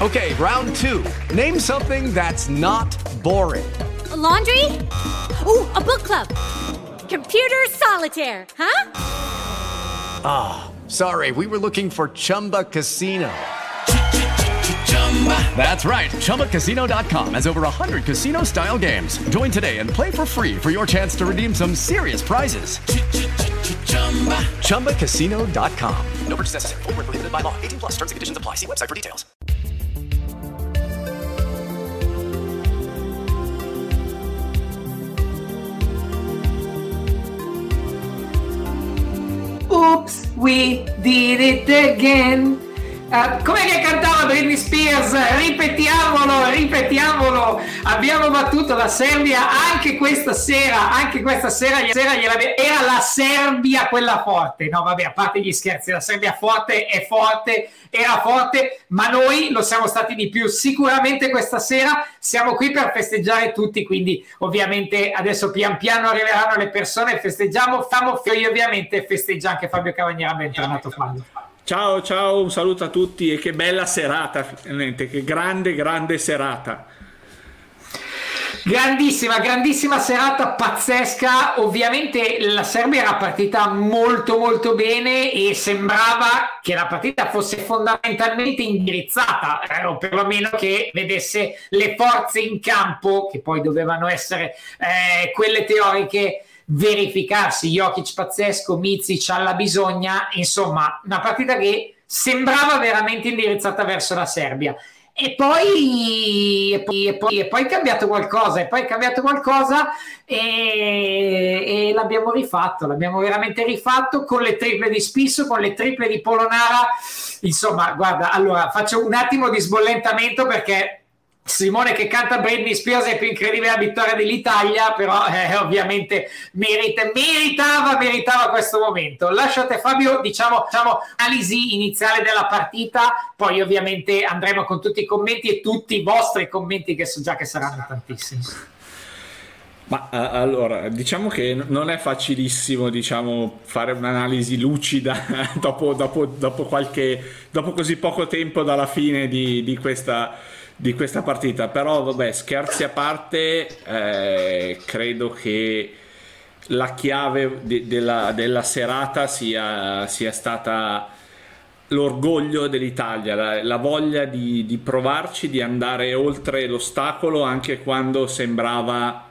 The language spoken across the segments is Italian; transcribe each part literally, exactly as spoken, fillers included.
Okay, round two. Name something that's not boring. A laundry? Ooh, a book club. Computer solitaire, huh? Ah, oh, sorry, we were looking for Chumba Casino. That's right, Chumba Casino dot com has over one hundred casino-style games. Join today and play for free for your chance to redeem some serious prizes. Chumba Casino dot com. No purchase necessary. Void where prohibited by law. eighteen plus terms and conditions apply. See website for details. Oops, we did it again. Uh, come che cantava Britney Spears? Ripetiamolo, ripetiamolo. Abbiamo battuto la Serbia anche questa sera. Anche questa sera, sera era la Serbia quella forte. No, vabbè, a parte gli scherzi, la Serbia forte è forte, era forte, ma noi lo siamo stati di più. Sicuramente questa sera siamo qui per festeggiare tutti. Quindi, ovviamente, adesso pian piano arriveranno le persone. Festeggiamo. Famo io, ovviamente, festeggia anche Fabio Cavagnera. Bentornato, Fabio. Ciao, ciao, un saluto a tutti e che bella serata, finalmente, che grande, grande serata. Grandissima, grandissima serata, pazzesca. Ovviamente la Serbia era partita molto molto bene e sembrava che la partita fosse fondamentalmente indirizzata, eh, o perlomeno che vedesse le forze in campo, che poi dovevano essere eh, quelle teoriche, verificarsi. Jokic pazzesco, Micic alla bisogna, insomma una partita che sembrava veramente indirizzata verso la Serbia. E poi, e poi, e poi, e poi è cambiato qualcosa, e poi è cambiato qualcosa e, e l'abbiamo rifatto, l'abbiamo veramente rifatto con le triple di Spisso, con le triple di Polonara. Insomma, guarda, allora faccio un attimo di sbollentamento perché Simone che canta Britney Spears è più incredibile la vittoria dell'Italia, però eh, ovviamente merita, meritava, meritava questo momento. Lasciate Fabio, diciamo, diciamo analisi iniziale della partita, poi ovviamente andremo con tutti i commenti e tutti i vostri commenti che so già che saranno tantissimi. Ma uh, allora, diciamo che non è facilissimo, diciamo, fare un'analisi lucida dopo, dopo, dopo qualche, dopo così poco tempo dalla fine di, di questa di questa partita, però vabbè, scherzi a parte, eh, credo che la chiave de- della, della serata sia, sia stata l'orgoglio dell'Italia, la, la voglia di, di provarci, di andare oltre l'ostacolo anche quando sembrava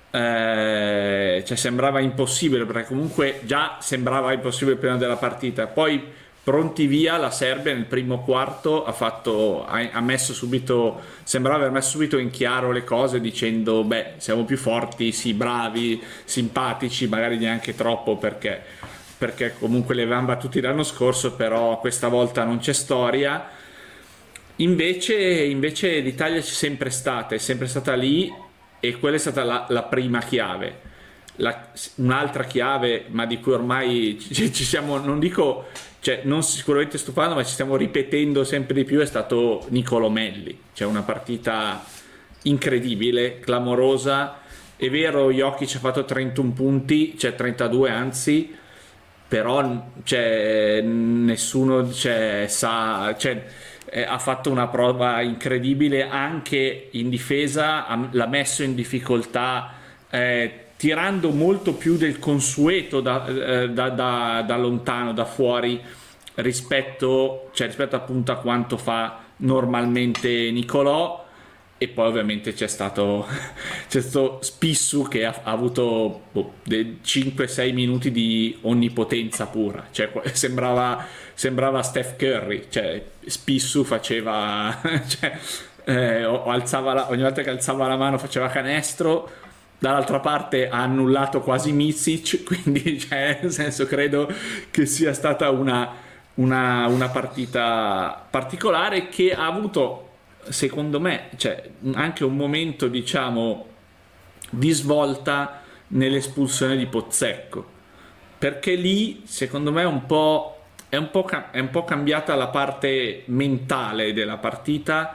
eh, cioè sembrava impossibile, perché comunque già sembrava impossibile prima della partita, poi pronti via, la Serbia nel primo quarto ha fatto ha, ha messo subito, sembrava aver messo subito in chiaro le cose dicendo beh, siamo più forti, sì, bravi, simpatici, magari neanche troppo perché, perché comunque li avevamo battuti l'anno scorso, però questa volta non c'è storia. Invece, invece l'Italia c'è sempre stata, è sempre stata lì e quella è stata la, la prima chiave. La, un'altra chiave, ma di cui ormai ci, ci siamo, non dico, cioè non sicuramente stufando, ma ci stiamo ripetendo sempre di più, è stato Niccolò Melli. Cioè una partita incredibile, clamorosa. È vero, Jokic ha fatto trentuno punti, cioè trentadue anzi, però cioè, nessuno cioè, sa, cioè, eh, ha fatto una prova incredibile anche in difesa, ha, l'ha messo in difficoltà eh, tirando molto più del consueto da, eh, da, da, da lontano, da fuori, rispetto, cioè, rispetto appunto a quanto fa normalmente Niccolò. E poi ovviamente c'è stato, c'è stato Spissu che ha, ha avuto boh, cinque sei minuti di onnipotenza pura, cioè sembrava, sembrava Steph Curry, cioè Spissu faceva, cioè, eh, alzava la, ogni volta che alzava la mano faceva canestro. Dall'altra parte ha annullato quasi Micic, quindi cioè, nel senso credo che sia stata una, una, una partita particolare che ha avuto, secondo me, cioè, anche un momento diciamo di svolta nell'espulsione di Pozzecco, perché lì secondo me è un po', è un po', è un po' cambiata la parte mentale della partita.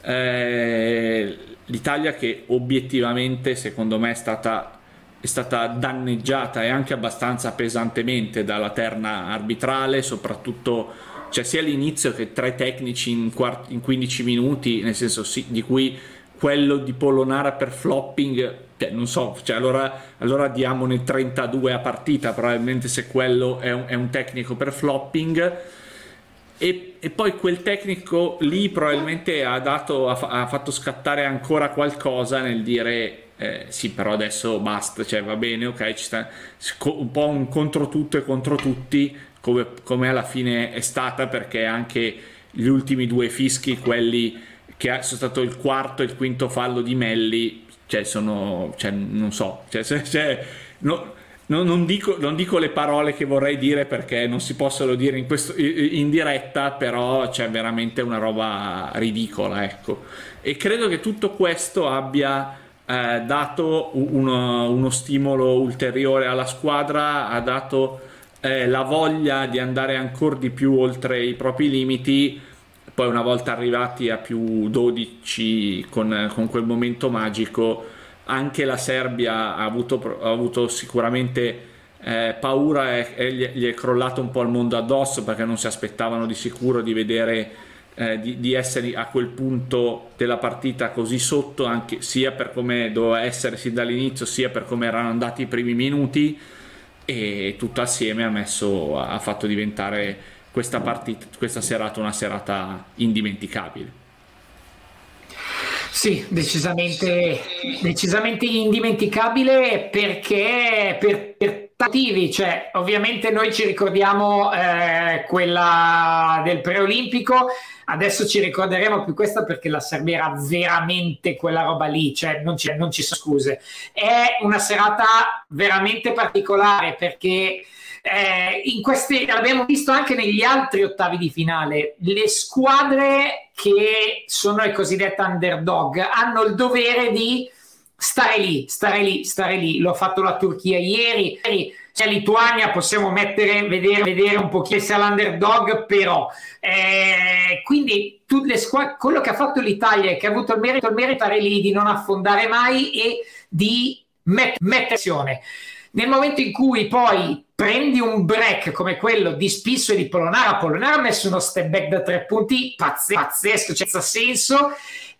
Eh, l'Italia che obiettivamente secondo me è stata, è stata danneggiata e anche abbastanza pesantemente dalla terna arbitrale, soprattutto cioè sia all'inizio che tre tecnici in, quart- in quindici minuti, nel senso sì, di cui quello di Polonara per flopping, cioè, non so, cioè allora, allora diamone trentadue a partita probabilmente, se quello è un, è un tecnico per flopping. E, e poi quel tecnico lì probabilmente ha, dato, ha, ha fatto scattare ancora qualcosa nel dire eh, sì, però adesso basta, cioè va bene, ok, ci sta un po' un contro tutto e contro tutti, come, come alla fine è stata, perché anche gli ultimi due fischi, quelli che sono stato il quarto e il quinto fallo di Melli, cioè sono, cioè, non so, cioè, cioè no, No, non, dico, non dico le parole che vorrei dire perché non si possono dire in, questo, in diretta, però c'è veramente una roba ridicola, ecco. E credo che tutto questo abbia eh, dato uno, uno stimolo ulteriore alla squadra, ha dato eh, la voglia di andare ancora di più oltre i propri limiti. Poi una volta arrivati a più dodici con, con quel momento magico, anche la Serbia ha avuto, ha avuto sicuramente eh, paura e, e gli, gli è crollato un po' il mondo addosso, perché non si aspettavano di sicuro di vedere eh, di, di essere a quel punto della partita così sotto, anche sia per come doveva essere sin dall'inizio, sia per come erano andati i primi minuti, e tutto assieme ha messo ha fatto diventare questa partita, questa serata, una serata indimenticabile. Sì, decisamente, decisamente indimenticabile, perché per, per motivi, cioè ovviamente noi ci ricordiamo eh, quella del preolimpico, adesso ci ricorderemo più questa perché la Serbia era veramente quella roba lì, cioè non ci, non ci sono scuse. È una serata veramente particolare perché Eh, in questi, l'abbiamo visto anche negli altri ottavi di finale, le squadre che sono le cosiddette underdog hanno il dovere di stare lì, stare lì, stare lì. L'ho fatto la Turchia ieri, c'è Lituania, possiamo mettere, vedere, vedere un po' chi sia l'underdog, però eh, quindi tutte le squadre, quello che ha fatto l'Italia è che ha avuto il merito, il merito stare lì, di non affondare mai e di met- mettere azione. Nel momento in cui poi prendi un break come quello di Spisso e di Polonara, Polonara ha messo uno step back da tre punti pazzesco, pazzesco, senza senso,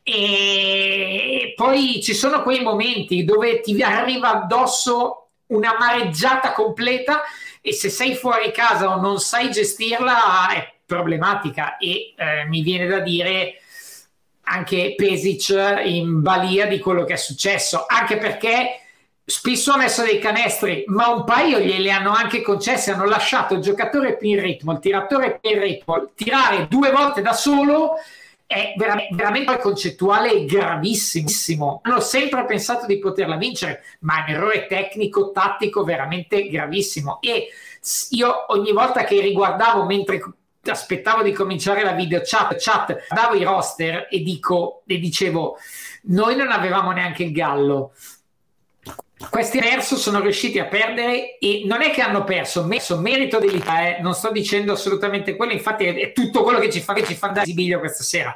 e poi ci sono quei momenti dove ti arriva addosso una mareggiata completa e se sei fuori casa o non sai gestirla è problematica, e eh, mi viene da dire anche Pešić in balia di quello che è successo, anche perché Spisso ha messo dei canestri, ma un paio glieli hanno anche concessi, hanno lasciato il giocatore più in ritmo, il tiratore più in ritmo, tirare due volte da solo è veramente, veramente concettuale gravissimo. Hanno sempre pensato di poterla vincere, ma è un errore tecnico, tattico veramente gravissimo. E io ogni volta che riguardavo, mentre aspettavo di cominciare la video chat, chat davo i roster e, dico, e dicevo, noi non avevamo neanche il gallo. Questi perso sono riusciti a perdere, e non è che hanno perso, messo merito dell'Italia, eh? Non sto dicendo assolutamente quello, infatti è, è tutto quello che ci fa che ci fa andare in Sibiglio questa sera.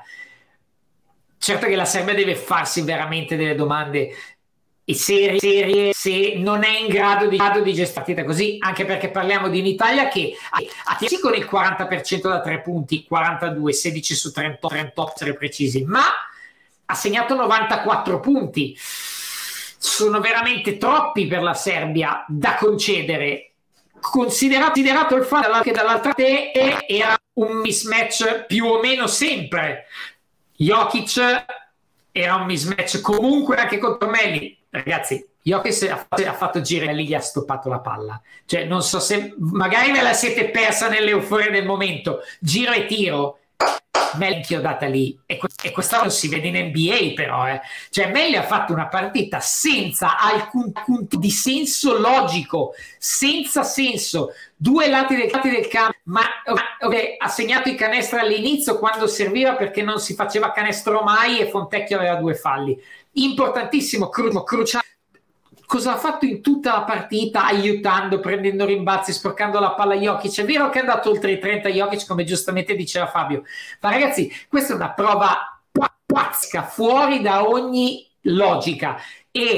Certo che la Serbia deve farsi veramente delle domande e serie, serie se non è in grado di, grado di gestire partita così, anche perché parliamo di un'Italia che ha sì con il quaranta per cento da tre punti, quarantadue, sedici su trentotto, trentotto essere precisi, ma ha segnato novantaquattro punti. Sono veramente troppi per la Serbia da concedere, considerato, considerato il fatto che dall'altra parte era un mismatch più o meno sempre. Jokic era un mismatch comunque anche contro Melli. Ragazzi, Jokic ha fatto, ha fatto giri e lì gli ha stoppato la palla. Cioè, non so se magari ve la siete persa nell'euforia del momento. Giro e tiro. Melli inchiodata lì, e, e quest'anno si vede in N B A però eh. Cioè Melli ha fatto una partita senza alcun punto di senso logico, senza senso, due lati del, lati del campo, ma okay, ha segnato i canestri all'inizio quando serviva perché non si faceva canestro mai e Fontecchio aveva due falli, importantissimo, cru- cruciale. Cosa ha fatto in tutta la partita, aiutando, prendendo rimbalzi, sporcando la palla a Jokic? È vero che è andato oltre i trenta Jokic, come giustamente diceva Fabio, ma ragazzi, questa è una prova pazzesca, fuori da ogni logica. E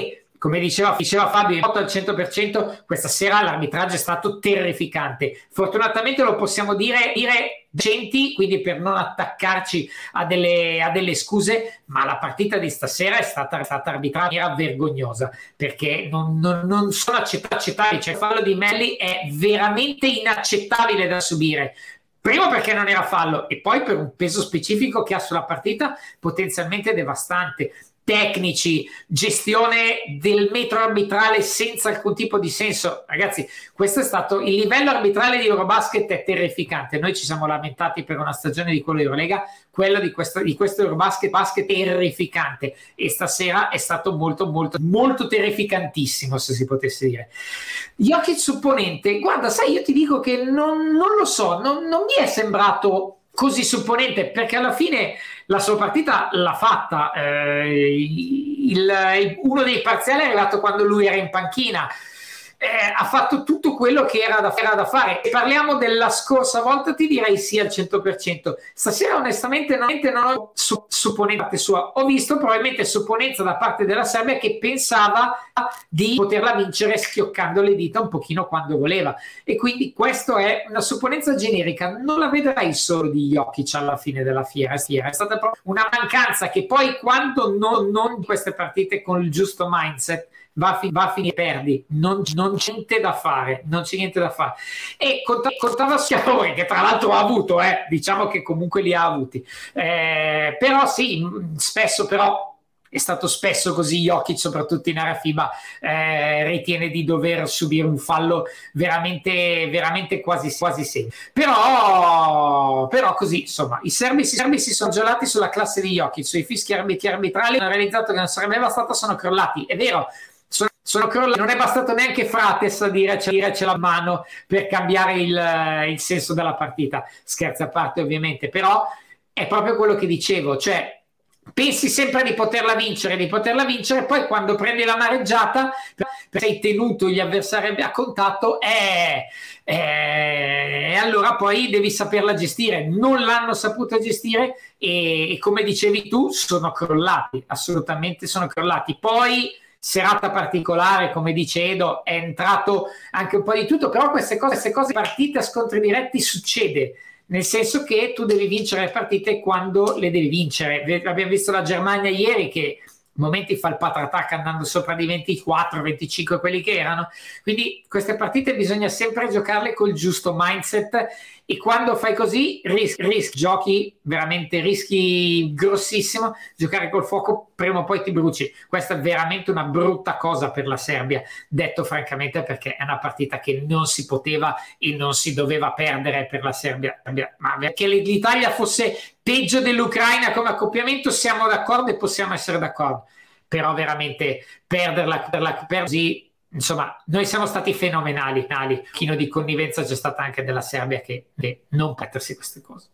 come diceva, diceva Fabio, al cento per cento questa sera l'arbitraggio è stato terrificante. Fortunatamente lo possiamo dire, dire decenti, quindi per non attaccarci a delle, a delle scuse, ma la partita di stasera è stata, è stata arbitrata in maniera vergognosa, perché non, non, non sono accettabili. Cioè, il fallo di Melli è veramente inaccettabile da subire. Primo perché non era fallo e poi per un peso specifico che ha sulla partita potenzialmente devastante. Tecnici, gestione del metro arbitrale senza alcun tipo di senso. Ragazzi, questo è stato il livello arbitrale di Eurobasket, è terrificante. Noi ci siamo lamentati per una stagione di quello di Eurolega, quello di questo, di questo Eurobasket basket terrificante, e stasera è stato molto molto molto terrificantissimo, se si potesse dire. Jokic supponente, guarda, sai, io ti dico che non, non lo so, non, non mi è sembrato così supponente, perché alla fine la sua partita l'ha fatta. Eh, il, il, uno dei parziali è arrivato quando lui era in panchina. Eh, ha fatto tutto quello che era da, era da fare. E parliamo della scorsa volta, ti direi sì al cento per cento. Stasera onestamente non, non ho su, supponenza sua, ho visto probabilmente supponenza da parte della Serbia, che pensava di poterla vincere schioccando le dita un pochino quando voleva, e quindi questo è una supponenza generica. Non la vedrai solo di Jokic alla fine della fiera, è stata proprio una mancanza che poi, quando non, non queste partite con il giusto mindset, va a, fi- va a finire perdi, non, non c'è niente da fare, non c'è niente da fare. E contava Schiavone, che tra l'altro ha avuto, eh, diciamo che comunque li ha avuti, eh, però sì, spesso però è stato spesso così. Jokic, soprattutto in area FIBA, eh, ritiene di dover subire un fallo veramente, veramente quasi, quasi sempre. Però, però così, insomma, i serbi, i serbi si sono gelati sulla classe di Jokic, sui fischi arbitrali, hanno realizzato che non sarebbe bastato, sono crollati. È vero, sono, sono crollati. Non è bastato neanche Frates a dire ce la mano per cambiare il, il senso della partita. Scherzi a parte, ovviamente, però è proprio quello che dicevo, cioè pensi sempre di poterla vincere, di poterla vincere, poi quando prendi la mareggiata, sei tenuto gli avversari a contatto, e eh, eh, allora poi devi saperla gestire. Non l'hanno saputa gestire e, e come dicevi tu, sono crollati, assolutamente sono crollati. Poi serata particolare, come dice Edo, è entrato anche un po' di tutto, però queste cose, queste cose partite a scontri diretti succede. Nel senso che tu devi vincere le partite quando le devi vincere. Abbiamo visto la Germania ieri che momenti fa il patratac andando sopra di ventiquattro venticinque quelli che erano. Quindi queste partite bisogna sempre giocarle col giusto mindset, e quando fai così rischi, rischi giochi veramente, rischi grossissimo. Giocare col fuoco prima o poi ti bruci. Questa è veramente una brutta cosa per la Serbia, detto francamente, perché è una partita che non si poteva e non si doveva perdere per la Serbia. Ma che l'Italia fosse peggio dell'Ucraina come accoppiamento siamo d'accordo e possiamo essere d'accordo, però veramente perderla, perderla per così, insomma, noi siamo stati fenomenali. Un pochino di connivenza c'è stata anche della Serbia, che, che non perdersi queste cose.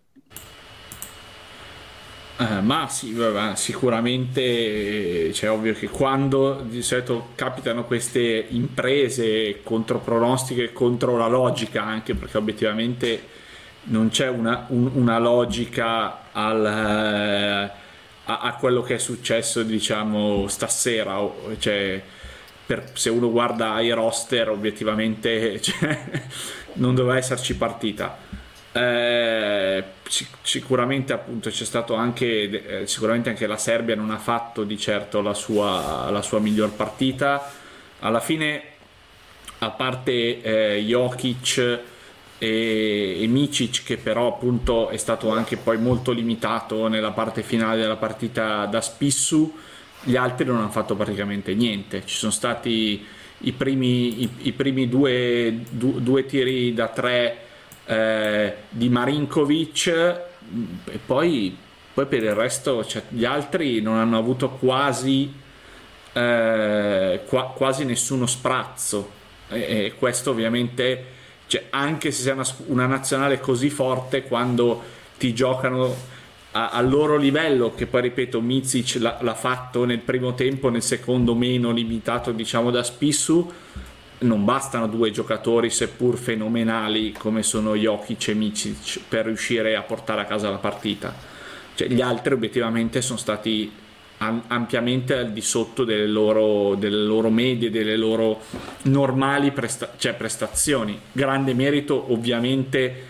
Uh, ma sì, vabbè, sicuramente c'è, cioè, ovvio che quando di solito capitano queste imprese contro pronostiche, contro la logica, anche perché obiettivamente non c'è una, un, una logica al, uh, a, a quello che è successo, diciamo, stasera, cioè, per, se uno guarda i roster, obiettivamente, cioè, non doveva esserci partita. Eh, sicuramente appunto c'è stato anche eh, sicuramente anche la Serbia non ha fatto di certo la sua, la sua miglior partita alla fine, a parte eh, Jokic e, e Micic, che però appunto è stato anche poi molto limitato nella parte finale della partita da Spissu. Gli altri non hanno fatto praticamente niente. Ci sono stati i primi, i, i primi due, du, due tiri da tre Eh, di Marinkovic, e poi, poi per il resto, cioè, gli altri non hanno avuto quasi eh, qua, quasi nessuno sprazzo, e, e questo ovviamente, cioè, anche se sei una, una nazionale così forte, quando ti giocano a, al loro livello, che poi ripeto Micic l'ha, l'ha fatto nel primo tempo, nel secondo meno, limitato diciamo da Spissu, non bastano due giocatori seppur fenomenali come sono Jokic e Micic per riuscire a portare a casa la partita. Cioè, gli altri obiettivamente sono stati ampiamente al di sotto delle loro, delle loro medie, delle loro normali presta- cioè prestazioni. Grande merito ovviamente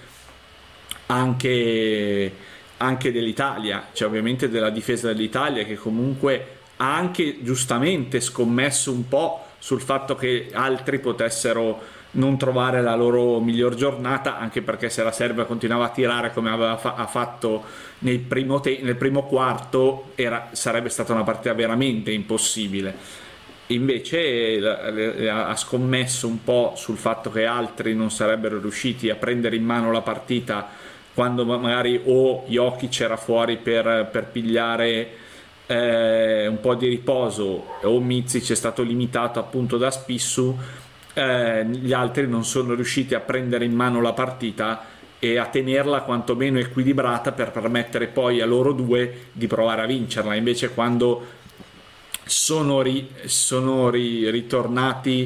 anche, anche dell'Italia, cioè ovviamente della difesa dell'Italia, che comunque ha anche giustamente scommesso un po' sul fatto che altri potessero non trovare la loro miglior giornata, anche perché se la Serbia continuava a tirare come aveva fa- ha fatto nel primo, te- nel primo quarto, era, sarebbe stata una partita veramente impossibile. Invece eh, ha scommesso un po' sul fatto che altri non sarebbero riusciti a prendere in mano la partita quando magari o Jokic era fuori per, per pigliare eh, un po' di riposo, o Micic è stato limitato appunto da Spissu. Eh, gli altri non sono riusciti a prendere in mano la partita e a tenerla quantomeno equilibrata per permettere poi a loro due di provare a vincerla. Invece quando sono, ri, sono ri, ritornati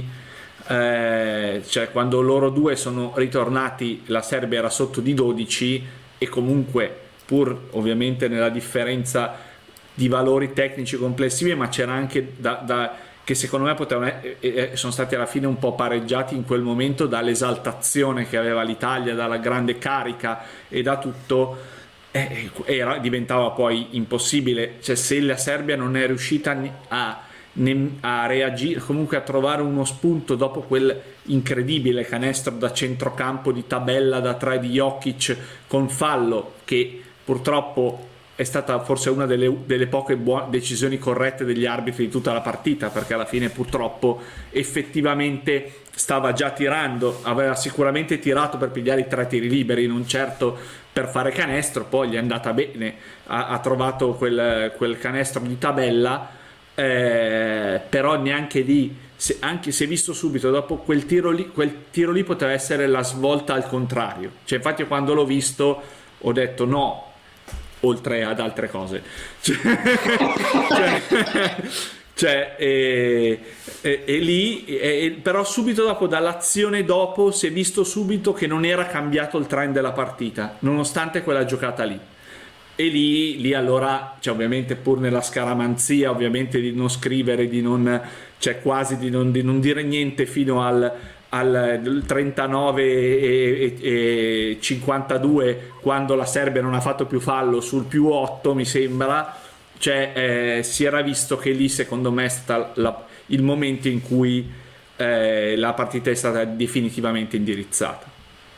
eh, cioè quando loro due sono ritornati, la Serbia era sotto di dodici, e comunque pur ovviamente nella differenza di valori tecnici complessivi, ma c'era anche da, da che secondo me potevano, eh, sono stati alla fine un po' pareggiati in quel momento dall'esaltazione che aveva l'Italia, dalla grande carica e da tutto, eh, era, diventava poi impossibile. Cioè, se la Serbia non è riuscita a, a reagire, comunque a trovare uno spunto dopo quel incredibile canestro da centrocampo di tabella da tre di Jokic con fallo, che purtroppo è stata forse una delle, delle poche buone decisioni corrette degli arbitri di tutta la partita, perché alla fine purtroppo effettivamente stava già tirando, aveva sicuramente tirato per pigliare i tre tiri liberi, non certo per fare canestro. Poi gli è andata bene, ha, ha trovato quel, quel canestro di tabella, eh, però neanche lì, se, anche se visto subito dopo quel tiro lì, quel tiro lì poteva essere la svolta al contrario. Cioè, infatti quando l'ho visto ho detto no, oltre ad altre cose, cioè, cioè, cioè e, e, e lì e, però subito dopo, dall'azione dopo, si è visto subito che non era cambiato il trend della partita nonostante quella giocata lì, e lì, lì allora, cioè, ovviamente pur nella scaramanzia ovviamente di non scrivere, di non, cioè quasi di non, di non dire niente fino al al trentanove e, e, e cinquantadue, quando la Serbia non ha fatto più fallo, sul più otto mi sembra, cioè eh, si era visto che lì secondo me è stato la, il momento in cui eh, la partita è stata definitivamente indirizzata.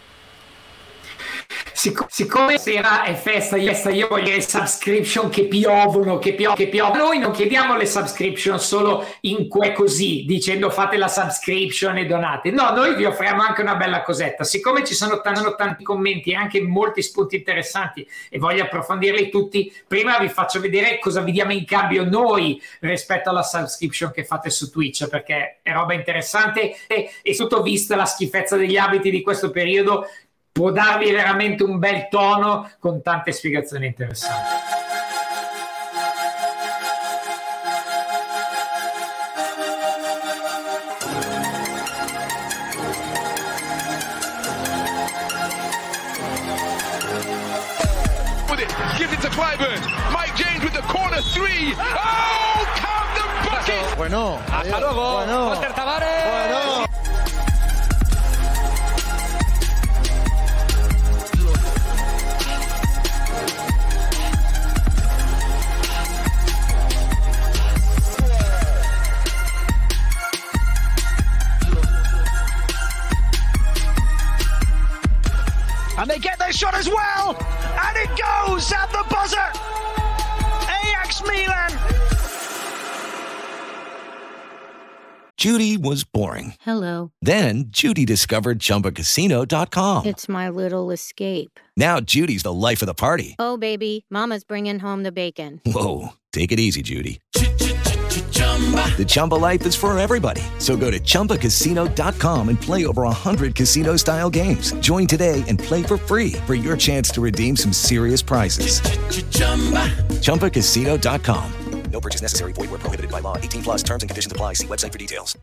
Sic- siccome sera è festa, io voglio le subscription che piovono, che piovono, che piovono. Noi non chiediamo le subscription solo in que così, dicendo fate la subscription e donate. No, noi vi offriamo anche una bella cosetta. Siccome ci sono t- sono tanti commenti e anche molti spunti interessanti e voglio approfondirli tutti, prima vi faccio vedere cosa vi diamo in cambio noi rispetto alla subscription che fate su Twitch, perché è roba interessante e, e sotto vista la schifezza degli abiti di questo periodo, può darvi veramente un bel tono con tante spiegazioni interessanti. With it, give it to Clyburn. Mike James with the corner three. Oh, count the bucket. Bueno, hasta luego. Bueno. Oscar Tavares. Bueno. And they get their shot as well, and it goes at the buzzer. Ajax Milan. Judy was boring. Hello. Then Judy discovered Chumba Casino dot com. It's my little escape. Now Judy's the life of the party. Oh, baby, mama's bringing home the bacon. Whoa, take it easy, Judy. The Chumba life is for everybody. So go to Chumba Casino dot com and play over one hundred casino-style games. Join today and play for free for your chance to redeem some serious prizes. Chumba Casino dot com. No purchase necessary. Void where prohibited by law. eighteen plus terms and conditions apply. See website for details.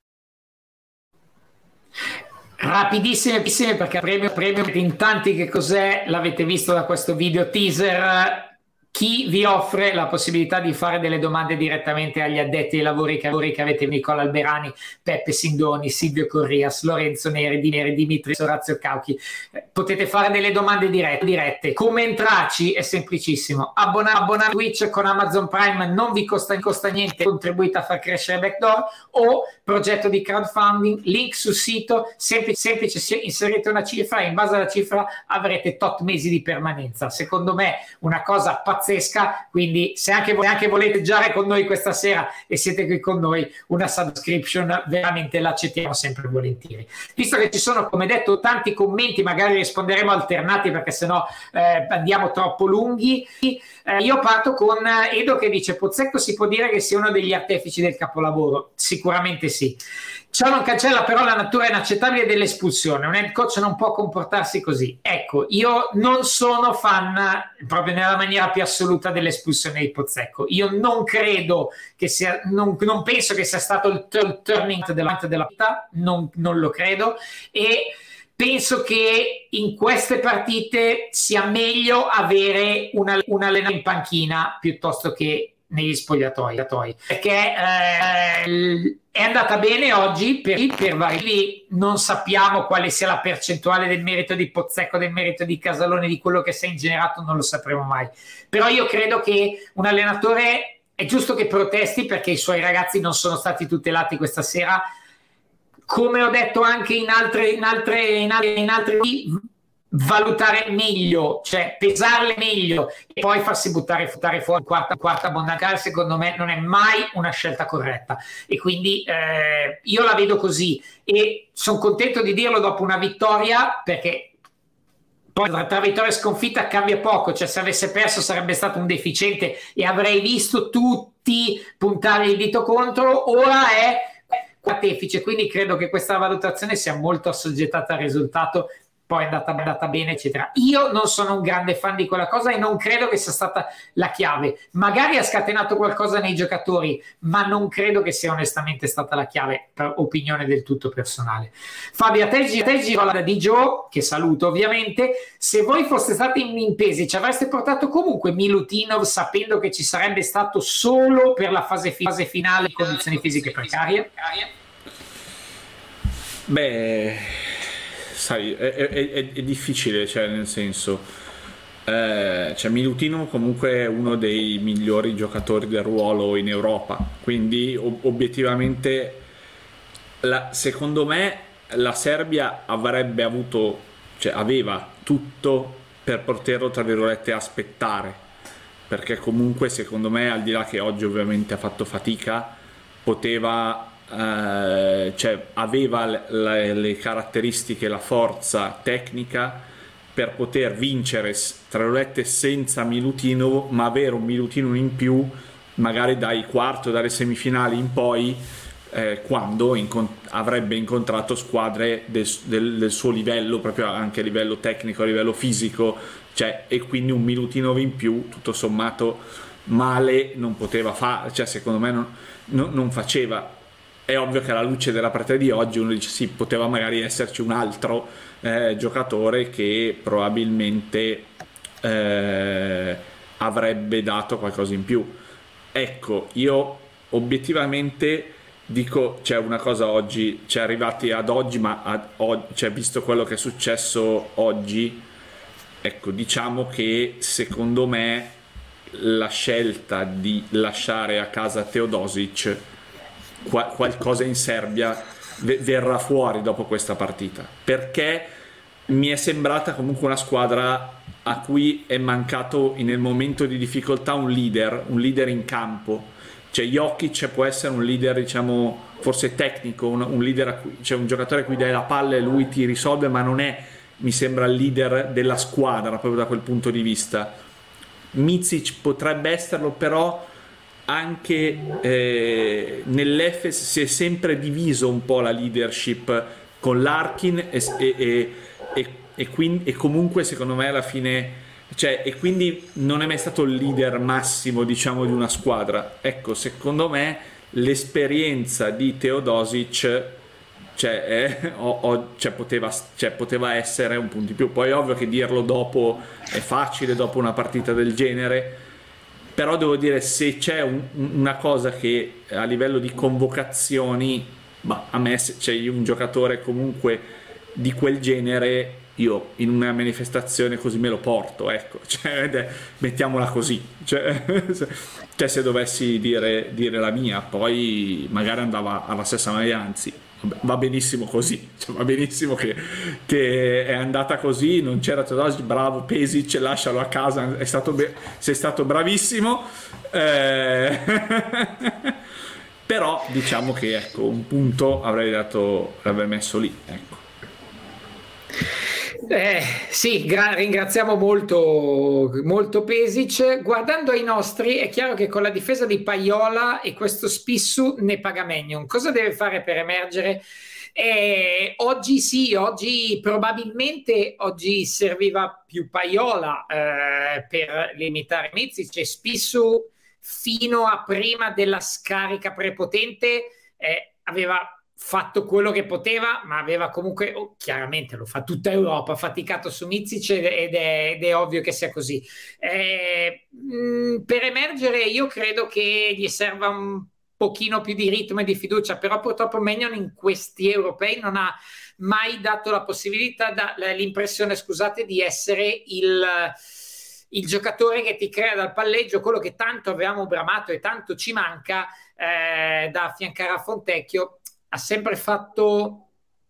Rapidissime, perché premio, premio in tanti che cos'è, l'avete visto da questo video teaser. chi vi offre la possibilità di fare delle domande direttamente agli addetti ai lavori che, lavori che avete, Nicola Alberani, Peppe Sindoni, Silvio Corrias, Lorenzo Neri, Dineri, Dimitri, Orazio Cauchi. Eh, potete fare delle domande dirette, dirette. Come entrarci è semplicissimo: abbonare abbona Twitch con Amazon Prime, non vi costa, costa niente, contribuite a far crescere Backdoor, o progetto di crowdfunding, link sul sito, semplice, semplice, inserite una cifra e in base alla cifra avrete tot mesi di permanenza. Secondo me una cosa pazzesca. Quindi se anche, voi, anche volete giocare con noi questa sera e siete qui con noi, una subscription veramente l'accettiamo sempre volentieri. Visto che ci sono, come detto, tanti commenti, magari risponderemo alternati perché sennò eh, andiamo troppo lunghi. Eh, io parto con Edo che dice: Pozzecco si può dire che sia uno degli artefici del capolavoro? Sicuramente sì. Ciò non cancella però la natura inaccettabile dell'espulsione. Un head coach non può comportarsi così. Ecco, io non sono fan proprio nella maniera più assoluta dell'espulsione di Pozzecco. Io non credo che sia, non, non penso che sia stato il, t- il turning della, della vita, non, non lo credo, e penso che in queste partite sia meglio avere una, un allenatore in panchina piuttosto che negli spogliatoi, perché eh, è andata bene oggi per, per vari, non sappiamo quale sia la percentuale del merito di Pozzecco, del merito di Casalone, di quello che si è ingenerato, non lo sapremo mai, però io credo che un allenatore è giusto che protesti perché i suoi ragazzi non sono stati tutelati questa sera, come ho detto anche in altre in altre in altre, in altre valutare meglio, cioè pesarle meglio e poi farsi buttare, buttare fuori quarta, quarta Bondancar, secondo me non è mai una scelta corretta, e quindi eh, io la vedo così e sono contento di dirlo dopo una vittoria, perché poi tra vittoria e sconfitta cambia poco, cioè se avesse perso sarebbe stato un deficiente e avrei visto tutti puntare il dito contro. Ora è artefice, quindi credo che questa valutazione sia molto assoggettata al risultato, poi è andata, è andata bene eccetera. Io non sono un grande fan di quella cosa e non credo che sia stata la chiave, magari ha scatenato qualcosa nei giocatori, ma non credo che sia onestamente stata la chiave, per opinione del tutto personale. Fabio, a te, a te giro la di Joe, che saluto ovviamente: se voi foste stati in Impesi ci avreste portato comunque Milutinov sapendo che ci sarebbe stato solo per la fase, fi- fase finale in condizioni fisiche precarie? Beh, sai, è, è, è, è difficile, cioè nel senso eh, cioè Milutinov comunque è uno dei migliori giocatori del ruolo in Europa, quindi ob- obiettivamente la, secondo me la Serbia avrebbe avuto, cioè aveva tutto per poterlo tra virgolette aspettare, perché comunque secondo me, al di là che oggi ovviamente ha fatto fatica, poteva Uh, cioè aveva le, le, le caratteristiche, la forza tecnica per poter vincere tra virgolette senza Milutinov, ma avere un Milutinov in più magari dai quarti o dalle semifinali in poi, eh, quando incont- avrebbe incontrato squadre del, del, del suo livello, proprio anche a livello tecnico, a livello fisico, cioè, e quindi un Milutinov in più tutto sommato male non poteva fare, cioè secondo me non, non, non faceva. È ovvio che alla luce della partita di oggi uno dice sì, poteva magari esserci un altro eh, giocatore che probabilmente eh, avrebbe dato qualcosa in più. Ecco, io obiettivamente dico, c'è una cosa oggi, c'è arrivati ad oggi, ma ad, o, cioè, visto quello che è successo oggi, ecco, diciamo che secondo me la scelta di lasciare a casa Teodosic, qualcosa in Serbia verrà fuori dopo questa partita, perché mi è sembrata comunque una squadra a cui è mancato nel momento di difficoltà un leader, un leader in campo. Cioè Jokic può essere un leader, diciamo, forse tecnico, un, un leader a cui, cioè un giocatore a cui dai la palla e lui ti risolve, ma non è, mi sembra, il leader della squadra proprio da quel punto di vista. Micic potrebbe esserlo, però anche eh, nell'Efes si è sempre diviso un po' la leadership con Larkin e, e, e, e, quindi, e comunque secondo me alla fine, cioè, e quindi non è mai stato il leader massimo, diciamo, di una squadra. Ecco, secondo me l'esperienza di Teodosic, cioè, eh, o, o, cioè, poteva, cioè, poteva essere un punto in più. Poi è ovvio che dirlo dopo è facile, dopo una partita del genere. però devo dire, se c'è un, una cosa che a livello di convocazioni, bah, a me se c'è un giocatore comunque di quel genere, io in una manifestazione così me lo porto, ecco, cioè, mettiamola così, cioè, cioè se dovessi dire, dire la mia, poi magari andava alla stessa maniera, anzi va benissimo così, cioè, va benissimo che, che è andata così, non c'era Teodosic, bravo Pesic, lascialo a casa, è stato be- sei stato bravissimo, eh... però diciamo che ecco, un punto avrei dato, l'avrei messo lì, ecco. Eh, sì, gra- ringraziamo molto, molto Pesic. Guardando ai nostri, è chiaro che con la difesa di Paiola e questo Spissu ne paga Maignan. Cosa deve fare per emergere? Eh, oggi sì, oggi probabilmente oggi serviva più Paiola eh, per limitare Micic, e Spissu fino a prima della scarica prepotente eh, aveva fatto quello che poteva, ma aveva comunque, oh, chiaramente lo fa tutta Europa, ha faticato su Micic ed è, ed è ovvio che sia così. Eh, mh, per emergere io credo che gli serva un pochino più di ritmo e di fiducia, però purtroppo Maignan in questi europei non ha mai dato la possibilità, da, l'impressione, scusate, di essere il, il giocatore che ti crea dal palleggio quello che tanto avevamo bramato e tanto ci manca eh, da affiancare a Fontecchio. Ha sempre fatto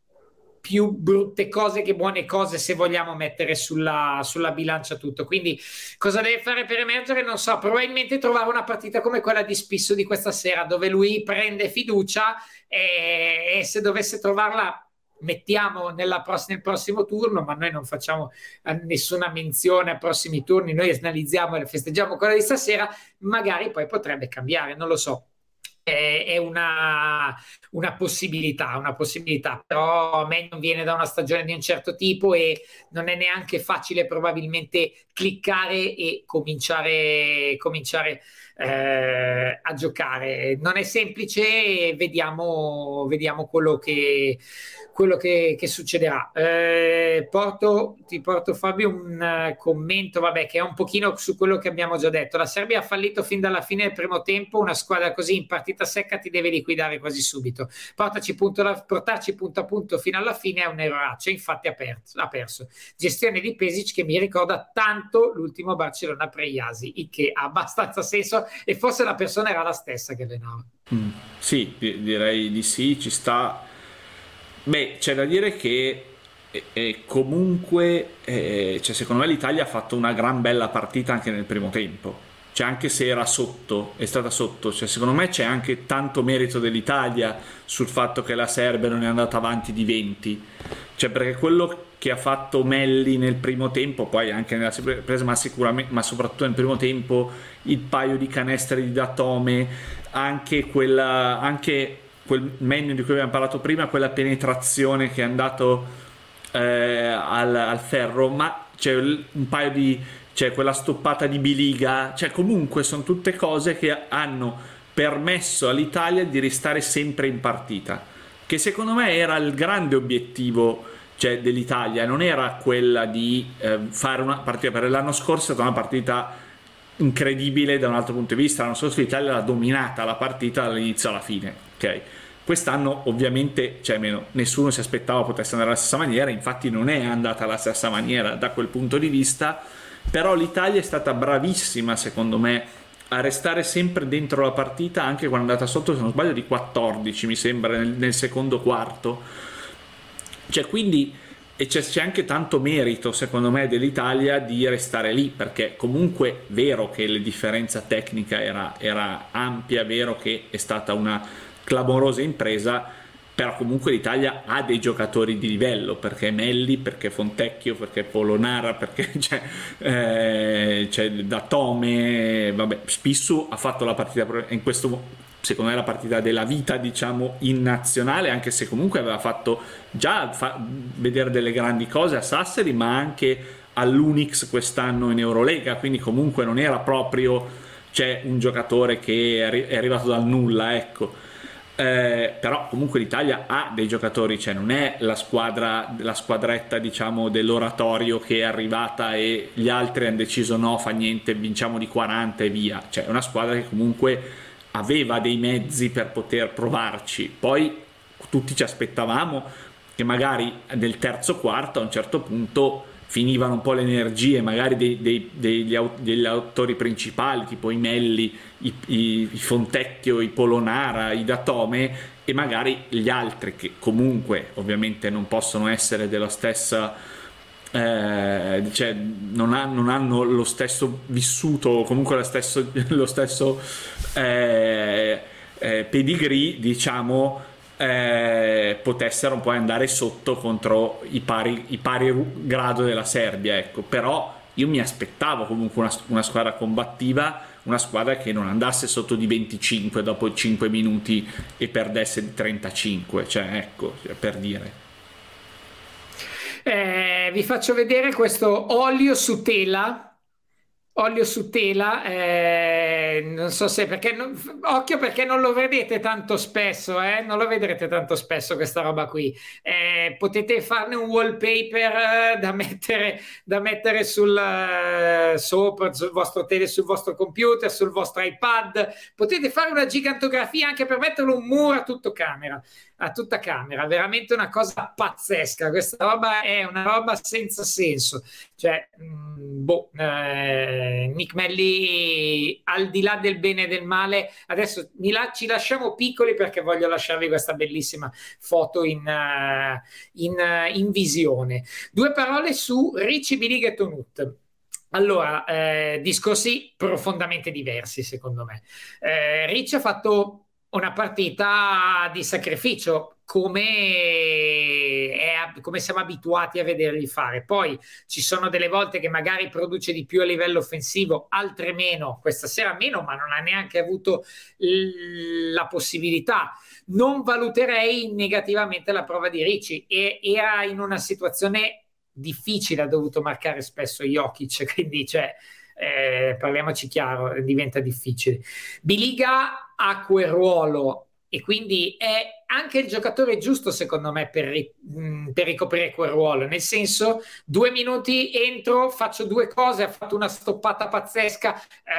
più brutte cose che buone cose, se vogliamo mettere sulla, sulla bilancia tutto. Quindi cosa deve fare per emergere? Non so, probabilmente trovare una partita come quella di Spissu di questa sera, dove lui prende fiducia e, e se dovesse trovarla mettiamo nella pross- nel prossimo turno, ma noi non facciamo nessuna menzione ai prossimi turni, noi analizziamo e festeggiamo quella di stasera, magari poi potrebbe cambiare, non lo so. È una, una possibilità, una possibilità, però a me non viene da una stagione di un certo tipo e non è neanche facile probabilmente cliccare e cominciare, cominciare eh, a giocare. Non è semplice, vediamo, vediamo quello che, quello che, che succederà. Eh, porto, ti porto Fabio un uh, commento, vabbè, che è un pochino su quello che abbiamo già detto. La Serbia ha fallito fin dalla fine del primo tempo, una squadra così in partita secca ti deve liquidare quasi subito. Portaci punto la, portarci punto a punto fino alla fine è un erroraccio, infatti ha perso, ha perso. Gestione di Pesic che mi ricorda tanto l'ultimo Barcellona pre-Iasi, il che ha abbastanza senso e forse la persona era la stessa che allenava. Mm, sì, di- direi di sì, ci sta. Beh, c'è da dire che eh, eh, comunque eh, cioè, secondo me l'Italia ha fatto una gran bella partita anche nel primo tempo. Cioè, anche se era sotto, è stata sotto, cioè, secondo me c'è anche tanto merito dell'Italia sul fatto che la Serbia non è andata avanti di venti, cioè perché quello che ha fatto Melli nel primo tempo, poi anche nella presa, ma sicuramente, ma soprattutto nel primo tempo, il paio di canestri di Datome, anche quella, anche quel Maignan di cui abbiamo parlato prima, quella penetrazione che è andato eh, al, al ferro, ma c'è un paio di c'è quella stoppata di Biliga, cioè comunque sono tutte cose che hanno permesso all'Italia di restare sempre in partita, che secondo me era il grande obiettivo, cioè, dell'Italia, non era quella di eh, fare una partita, per l'anno scorso è stata una partita incredibile da un altro punto di vista, l'anno scorso l'Italia l'ha dominata la partita dall'inizio alla fine, ok? Quest'anno ovviamente, cioè meno, nessuno si aspettava potesse andare alla stessa maniera, infatti non è andata alla stessa maniera da quel punto di vista, però l'Italia è stata bravissima secondo me a restare sempre dentro la partita anche quando è andata sotto, se non sbaglio, di quattordici mi sembra nel, nel secondo quarto, cioè quindi e c'è, c'è anche tanto merito secondo me dell'Italia di restare lì, perché comunque è vero che la differenza tecnica era, era ampia, è vero che è stata una clamorosa impresa, però comunque l'Italia ha dei giocatori di livello, perché Melli, perché Fontecchio, perché Polonara, perché c'è, eh, c'è Datome, vabbè, Spissu ha fatto la partita in questo, secondo me, la partita della vita, diciamo, in nazionale, anche se comunque aveva fatto già fa- vedere delle grandi cose a Sassari, ma anche all'Unix quest'anno in Eurolega, quindi comunque non era proprio, c'è un giocatore che è, arri- è arrivato dal nulla, ecco. Eh, però comunque l'Italia ha dei giocatori, cioè non è la squadra, la squadretta diciamo dell'oratorio che è arrivata e gli altri hanno deciso no, fa niente, vinciamo di quaranta e via. Cioè è una squadra che comunque aveva dei mezzi per poter provarci. Poi tutti ci aspettavamo che magari nel terzo quarto a un certo punto finivano un po' le energie magari dei, dei, degli, degli autori principali tipo i Melli, i, i, i Fontecchio, i Polonara, i Datome, e magari gli altri che comunque ovviamente non possono essere della stessa eh, cioè non, ha, non hanno lo stesso vissuto, comunque lo stesso, lo stesso eh, eh, pedigree diciamo, Eh, potessero un po' andare sotto contro i pari, i pari grado della Serbia, ecco. Però io mi aspettavo comunque una, una squadra combattiva, una squadra che non andasse sotto di venticinque dopo cinque minuti e perdesse di trentacinque, cioè ecco, per dire. Eh, vi faccio vedere questo olio su tela. Olio su tela, eh, non so se perché non, occhio perché non lo vedete tanto spesso, eh? Non lo vedrete tanto spesso questa roba qui. Eh, potete farne un wallpaper da mettere, da mettere sul, uh, sopra, sul vostro tele, sul vostro computer, sul vostro iPad. Potete fare una gigantografia anche per metterlo un muro a tutto camera. A tutta camera, veramente una cosa pazzesca. Questa roba è una roba senza senso, cioè mh, boh, eh, Nick Melli, al di là del bene e del male, adesso mi la- ci lasciamo piccoli perché voglio lasciarvi questa bellissima foto in, uh, in, uh, in visione. Due parole su Ricci, Biliga e Tonut. Allora, eh, discorsi profondamente diversi secondo me. eh, Ricci ha fatto una partita di sacrificio, come, è, come siamo abituati a vederli fare. Poi ci sono delle volte che magari produce di più a livello offensivo, altre meno. Questa sera meno, ma non ha neanche avuto l- la possibilità. Non valuterei negativamente la prova di Ricci, e era in una situazione difficile, ha dovuto marcare spesso Jokic, quindi cioè Eh, parliamoci chiaro, diventa difficile. Biliga ha quel ruolo e quindi è anche il giocatore giusto secondo me per, mh, per ricoprire quel ruolo, nel senso, due minuti entro, faccio due cose, ha fatto una stoppata pazzesca,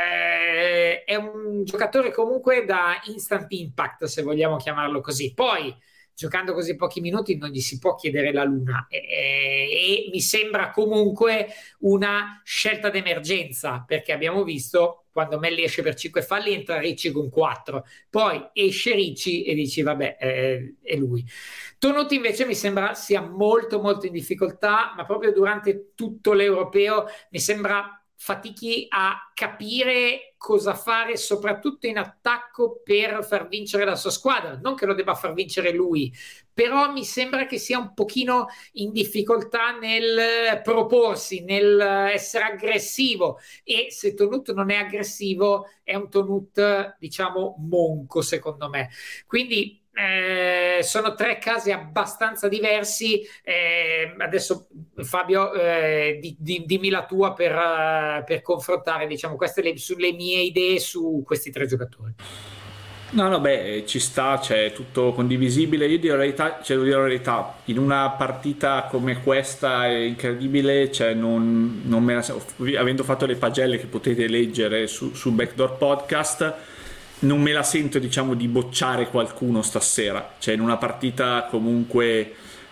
eh, è un giocatore comunque da instant impact, se vogliamo chiamarlo così. Poi giocando così pochi minuti non gli si può chiedere la luna, e, e mi sembra comunque una scelta d'emergenza, perché abbiamo visto quando Melli esce per cinque falli entra Ricci con quattro, poi esce Ricci e dici vabbè, eh, è lui. Tonut invece mi sembra sia molto molto in difficoltà, ma proprio durante tutto l'europeo mi sembra fatichi a capire cosa fare, soprattutto in attacco, per far vincere la sua squadra. Non che lo debba far vincere lui, però mi sembra che sia un pochino in difficoltà nel proporsi, nel essere aggressivo, e se Tonut non è aggressivo è un Tonut diciamo monco secondo me. Quindi Eh, sono tre casi abbastanza diversi. Eh, adesso Fabio, eh, di, di, dimmi la tua per, uh, per confrontare diciamo queste le, sulle mie idee su questi tre giocatori. No, no, beh, ci sta, c'è tutto condivisibile. Io dirò la verità, cioè, devo dire la verità, in una partita come questa è incredibile, cioè non, non me la, avendo fatto le pagelle che potete leggere su, su Backdoor Podcast, non me la sento diciamo di bocciare qualcuno stasera, cioè in una partita comunque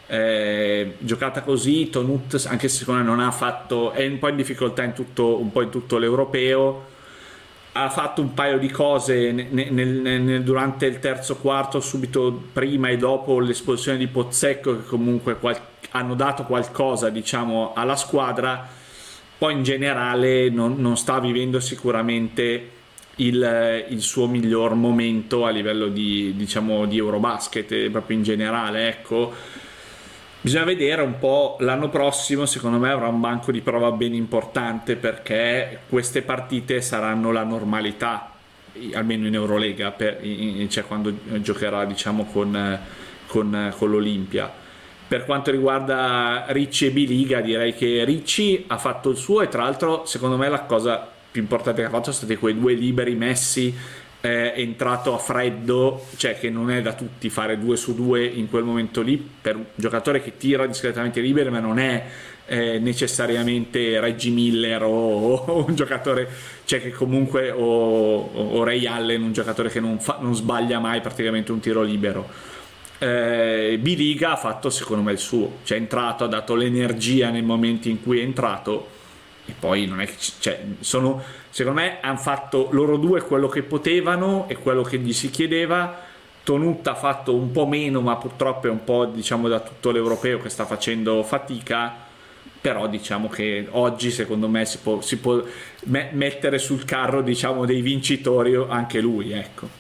eh, giocata così Tonut, anche se secondo me non ha fatto, è un po' in difficoltà in tutto, un po' in tutto l'europeo, ha fatto un paio di cose nel, nel, nel, durante il terzo quarto, subito prima e dopo l'espulsione di Pozzecco, che comunque qual- hanno dato qualcosa diciamo alla squadra. Poi in generale non, non sta vivendo sicuramente Il, il suo miglior momento a livello di diciamo di Eurobasket, proprio in generale. Ecco, bisogna vedere un po' l'anno prossimo. Secondo me avrà un banco di prova ben importante, perché queste partite saranno la normalità, almeno in Eurolega, per, in, cioè quando giocherà diciamo con, con, con l'Olimpia. Per quanto riguarda Ricci e Biliga, direi che Ricci ha fatto il suo, e tra l'altro secondo me la cosa più importante che ha fatto sono stati quei due liberi messi è entrato a freddo, cioè che non è da tutti fare due su due in quel momento lì per un giocatore che tira discretamente libero, ma non è eh, necessariamente Reggie Miller o, o un giocatore, cioè che comunque o, o Ray Allen, un giocatore che non, fa, non sbaglia mai praticamente un tiro libero. eh, B-Liga ha fatto secondo me il suo, cioè è entrato, ha dato l'energia nei momenti in cui è entrato, e poi non è che cioè, sono, secondo me hanno fatto loro due quello che potevano e quello che gli si chiedeva. Tonutta ha fatto un po' meno, ma purtroppo è un po', diciamo, da tutto l'europeo che sta facendo fatica, però diciamo che oggi secondo me si può, si può me- mettere sul carro, diciamo, dei vincitori anche lui, ecco.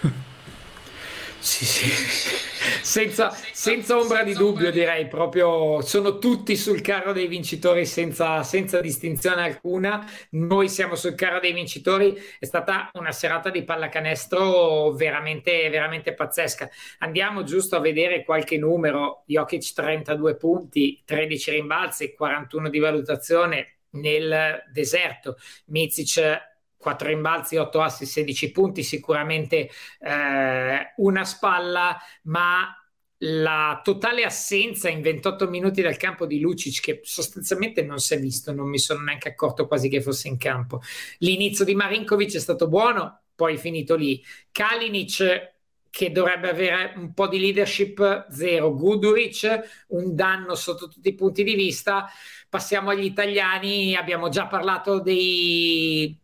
Sì, sì. Senza, senza ombra di dubbio, direi proprio sono tutti sul carro dei vincitori senza, senza distinzione alcuna. Noi siamo sul carro dei vincitori. È stata una serata di pallacanestro veramente, veramente pazzesca. Andiamo giusto a vedere qualche numero. Jokic trentadue punti, tredici rimbalzi, quarantuno di valutazione nel deserto. Micic quattro rimbalzi, otto assist, sedici punti, sicuramente eh, una spalla, ma la totale assenza in ventotto minuti dal campo di Lucic, che sostanzialmente non si è visto, non mi sono neanche accorto quasi che fosse in campo. L'inizio di Marinkovic è stato buono, poi finito lì. Kalinic, che dovrebbe avere un po' di leadership, zero. Guduric, un danno sotto tutti i punti di vista. Passiamo agli italiani, abbiamo già parlato dei...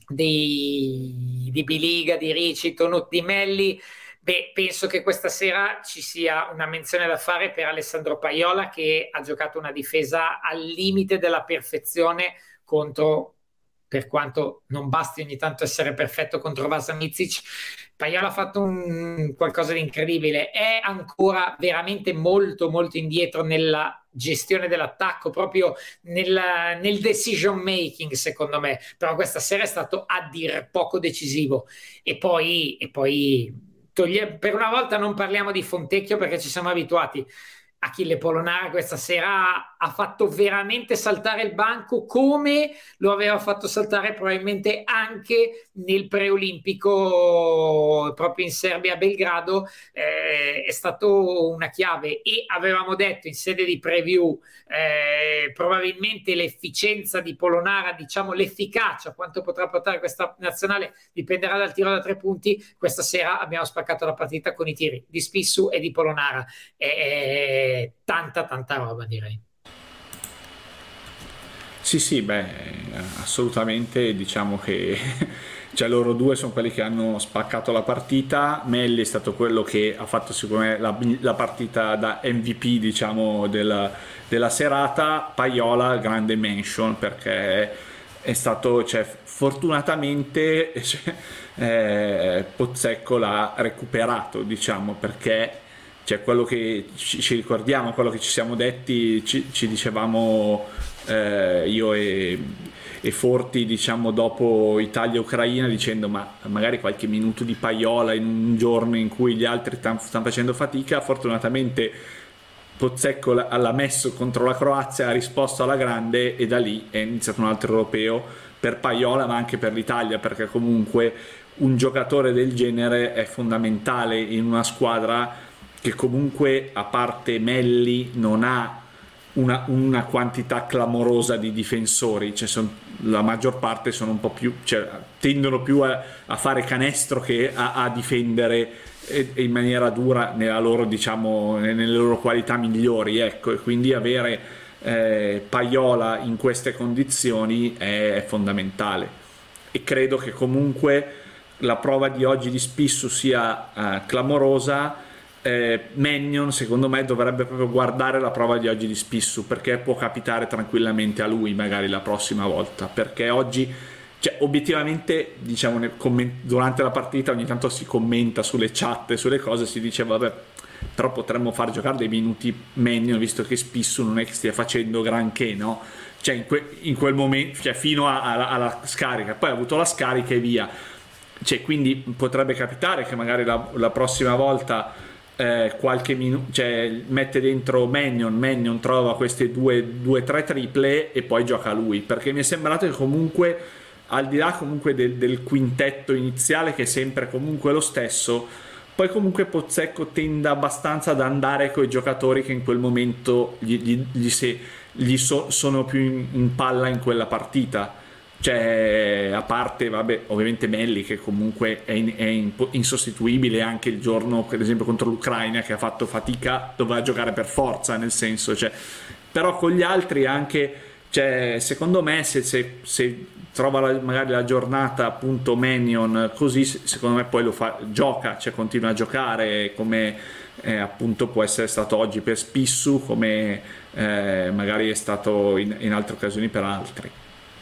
Di, di B-Liga, di Ricci, Tonut, di Melli. Beh, penso che questa sera ci sia una menzione da fare per Alessandro Paiola, che ha giocato una difesa al limite della perfezione contro, per quanto non basti ogni tanto essere perfetto contro Vasa Micic. Paiola ha fatto un, qualcosa di incredibile, è ancora veramente molto molto indietro nella gestione dell'attacco, proprio nel, nel decision making, secondo me, però questa sera è stato a dir poco decisivo. E poi, e poi toglie, per una volta non parliamo di Fontecchio, perché ci siamo abituati. Achille Polonara questa sera ha fatto veramente saltare il banco, come lo aveva fatto saltare probabilmente anche nel preolimpico proprio in Serbia a Belgrado. Eh, è stato una chiave, e avevamo detto in sede di preview eh, probabilmente l'efficienza di Polonara, diciamo l'efficacia, quanto potrà portare questa nazionale dipenderà dal tiro da tre punti. Questa sera abbiamo spaccato la partita con i tiri di Spissu e di Polonara. Eh, tanta tanta roba, direi. Sì sì, beh, assolutamente, diciamo che cioè loro due sono quelli che hanno spaccato la partita. Melli è stato quello che ha fatto sicuramente la, la partita da M V P, diciamo, della, della serata. Paiola grande mention, perché è stato, cioè, fortunatamente cioè, eh, Pozzecco l'ha recuperato, diciamo, perché cioè quello che ci, ci ricordiamo, quello che ci siamo detti, ci, ci dicevamo eh, io e, e Forti, diciamo, dopo Italia-Ucraina, dicendo ma magari qualche minuto di Paiola in un giorno in cui gli altri stanno facendo fatica. Fortunatamente Pozzecco l'ha messo contro la Croazia, ha risposto alla grande, e da lì è iniziato un altro europeo per Paiola, ma anche per l'Italia, perché comunque un giocatore del genere è fondamentale in una squadra che comunque, a parte Melli, non ha una, una quantità clamorosa di difensori, cioè son, la maggior parte sono un po' più, cioè, tendono più a, a fare canestro che a, a difendere in maniera dura nella loro, diciamo, nelle loro qualità migliori, ecco. E quindi avere eh, Paiola in queste condizioni è, è fondamentale, e credo che comunque la prova di oggi di Spissu sia eh, clamorosa. Eh, Mannion secondo me dovrebbe proprio guardare la prova di oggi di Spissu, perché può capitare tranquillamente a lui magari la prossima volta, perché oggi, cioè, obiettivamente, diciamo, nel comment- durante la partita ogni tanto si commenta sulle chat e sulle cose, si dice vabbè, però potremmo far giocare dei minuti Mannion, visto che Spissu non è che stia facendo granché, no? Cioè in, que- in quel momento, cioè fino a- a- alla scarica, poi ha avuto la scarica e via, cioè, quindi potrebbe capitare che magari la, la prossima volta Eh, qualche minuto, cioè mette dentro Mannion, Mannion trova queste due o tre triple e poi gioca lui, perché mi è sembrato che comunque al di là comunque del, del quintetto iniziale che è sempre comunque lo stesso, poi comunque Pozzecco tende abbastanza ad andare con i giocatori che in quel momento gli, gli, gli, se, gli so, sono più in, in palla in quella partita. Cioè, a parte, vabbè, ovviamente Melli, che comunque è, in, è in, insostituibile anche il giorno, per esempio, contro l'Ucraina, che ha fatto fatica, doveva giocare per forza, nel senso, cioè, però con gli altri anche, cioè, secondo me, se, se, se trova la, magari la giornata, appunto, Mannion, così, secondo me poi lo fa, gioca, cioè continua a giocare, come eh, appunto può essere stato oggi per Spissu, come eh, magari è stato in, in altre occasioni per altri.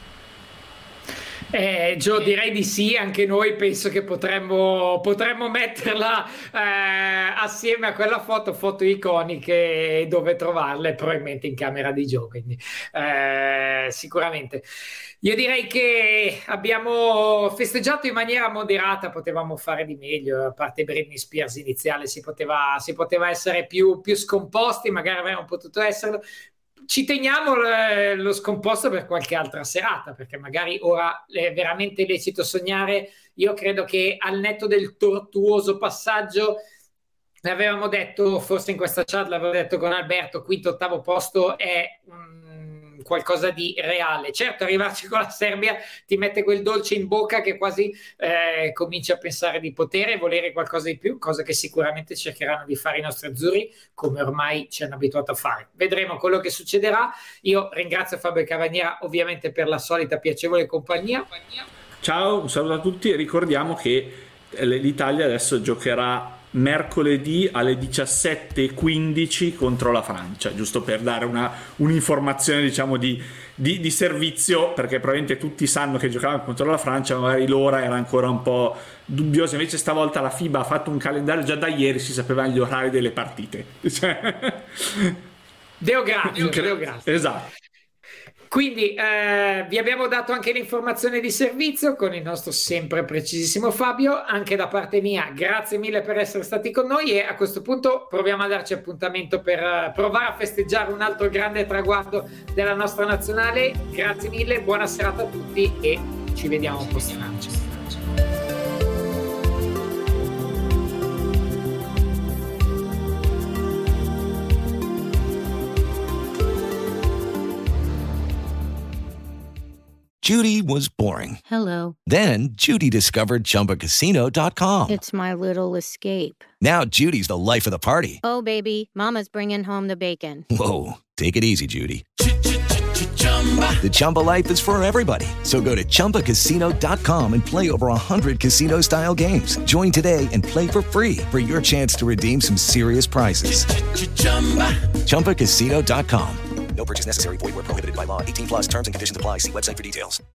Eh, Gio, direi di sì, anche noi penso che potremmo, potremmo metterla eh, assieme a quella foto, foto iconiche, dove trovarle, probabilmente in camera di Gio, quindi eh, sicuramente. Io direi che abbiamo festeggiato in maniera moderata, potevamo fare di meglio, a parte Britney Spears iniziale si poteva, si poteva essere più, più scomposti, magari avremmo potuto esserlo. Ci teniamo lo scomposto per qualche altra serata, perché magari ora è veramente lecito sognare. Io credo che al netto del tortuoso passaggio, l'avevamo detto, forse in questa chat l'avevo detto con Alberto, quinto, ottavo posto è um, qualcosa di reale. Certo, arrivarci con la Serbia ti mette quel dolce in bocca che quasi eh, cominci a pensare di potere e volere qualcosa di più, cosa che sicuramente cercheranno di fare i nostri azzurri, come ormai ci hanno abituato a fare. Vedremo quello che succederà. Io ringrazio Fabio Cavaniera ovviamente per la solita piacevole compagnia. Ciao, un saluto a tutti e ricordiamo che l'Italia adesso giocherà mercoledì alle diciassette e quindici contro la Francia, giusto per dare una, un'informazione, diciamo, di, di, di servizio, perché probabilmente tutti sanno che giocavano contro la Francia, magari l'ora era ancora un po' dubbiosa, invece stavolta la FIBA ha fatto un calendario, già da ieri si sapevano gli orari delle partite. Deo grazie, Deo grazie. Esatto. Quindi eh, vi abbiamo dato anche l'informazione di servizio con il nostro sempre precisissimo Fabio. Anche da parte mia, grazie mille per essere stati con noi, e a questo punto proviamo a darci appuntamento per uh, provare a festeggiare un altro grande traguardo della nostra nazionale. Grazie mille, buona serata a tutti e ci vediamo post Francia. Judy was boring. Hello. Then Judy discovered Chumba Casino dot com. It's my little escape. Now Judy's the life of the party. Oh, baby, mama's bringing home the bacon. Whoa, take it easy, Judy. The Chumba life is for everybody. So go to Chumba Casino dot com and play over one hundred casino-style games. Join today and play for free for your chance to redeem some serious prizes. Chumba Casino dot com. No purchase necessary. Void where prohibited by law. eighteen plus terms and conditions apply. See website for details.